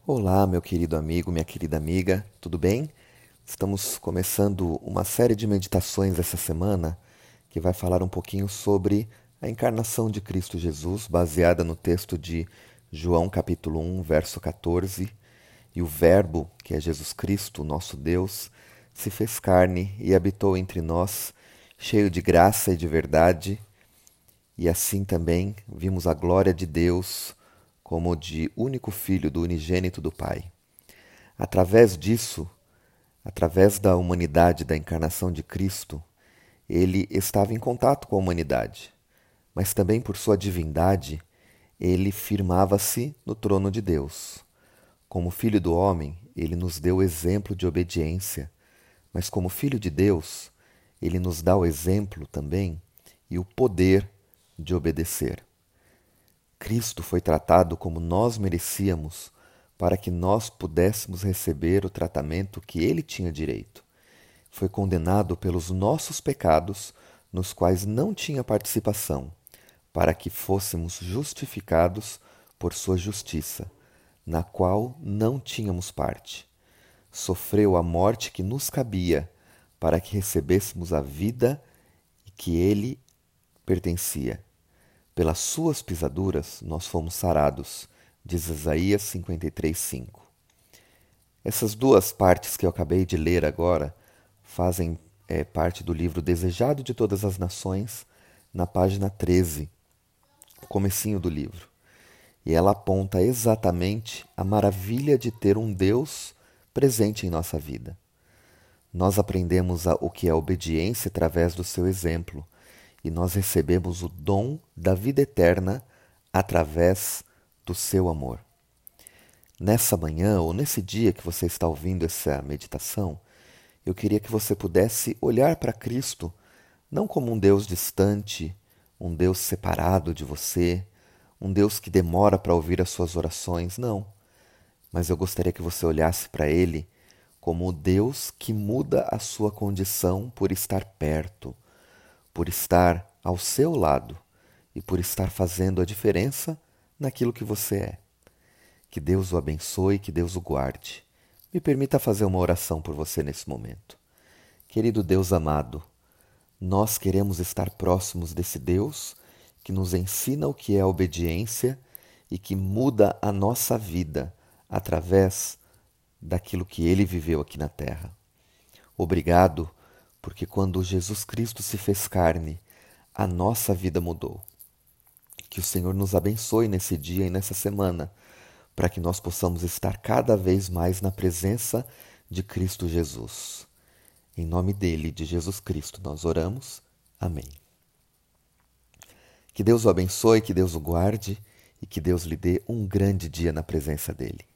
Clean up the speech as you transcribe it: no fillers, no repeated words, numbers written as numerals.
Olá, meu querido amigo, minha querida amiga, tudo bem? Estamos começando uma série de meditações essa semana que vai falar um pouquinho sobre a encarnação de Cristo Jesus, baseada no texto de João capítulo 1, verso 14. E o Verbo, que é Jesus Cristo, nosso Deus, se fez carne e habitou entre nós, cheio de graça e de verdade, e assim também vimos a glória de Deus como de único Filho do unigênito do Pai. Através disso, através da humanidade da encarnação de Cristo, ele estava em contato com a humanidade, mas também por sua divindade, ele firmava-se no trono de Deus. Como Filho do homem, ele nos deu o exemplo de obediência, mas como Filho de Deus, ele nos dá o exemplo também e o poder de obedecer. Cristo foi tratado como nós merecíamos para que nós pudéssemos receber o tratamento que ele tinha direito. Foi condenado pelos nossos pecados, nos quais não tinha participação, para que fôssemos justificados por sua justiça, na qual não tínhamos parte. Sofreu a morte que nos cabia, para que recebêssemos a vida que ele pertencia. Pelas suas pisaduras nós fomos sarados, diz Isaías 53:5. Essas duas partes que eu acabei de ler agora fazem parte do livro Desejado de Todas as Nações, na página 13, o comecinho do livro. E ela aponta exatamente a maravilha de ter um Deus presente em nossa vida. Nós aprendemos o que é obediência através do seu exemplo, e nós recebemos o dom da vida eterna através do seu amor. Nessa manhã ou nesse dia que você está ouvindo essa meditação, eu queria que você pudesse olhar para Cristo não como um Deus distante, um Deus separado de você, um Deus que demora para ouvir as suas orações, não. Mas eu gostaria que você olhasse para Ele como o Deus que muda a sua condição por estar perto, por estar ao seu lado e por estar fazendo a diferença naquilo que você é. Que Deus o abençoe, que Deus o guarde. Me permita fazer uma oração por você nesse momento. Querido Deus amado, nós queremos estar próximos desse Deus que nos ensina o que é a obediência e que muda a nossa vida através daquilo que Ele viveu aqui na terra. Obrigado, porque quando Jesus Cristo se fez carne, a nossa vida mudou. Que o Senhor nos abençoe nesse dia e nessa semana, para que nós possamos estar cada vez mais na presença de Cristo Jesus. Em nome dele, de Jesus Cristo, nós oramos. Amém. Que Deus o abençoe, que Deus o guarde e que Deus lhe dê um grande dia na presença dele.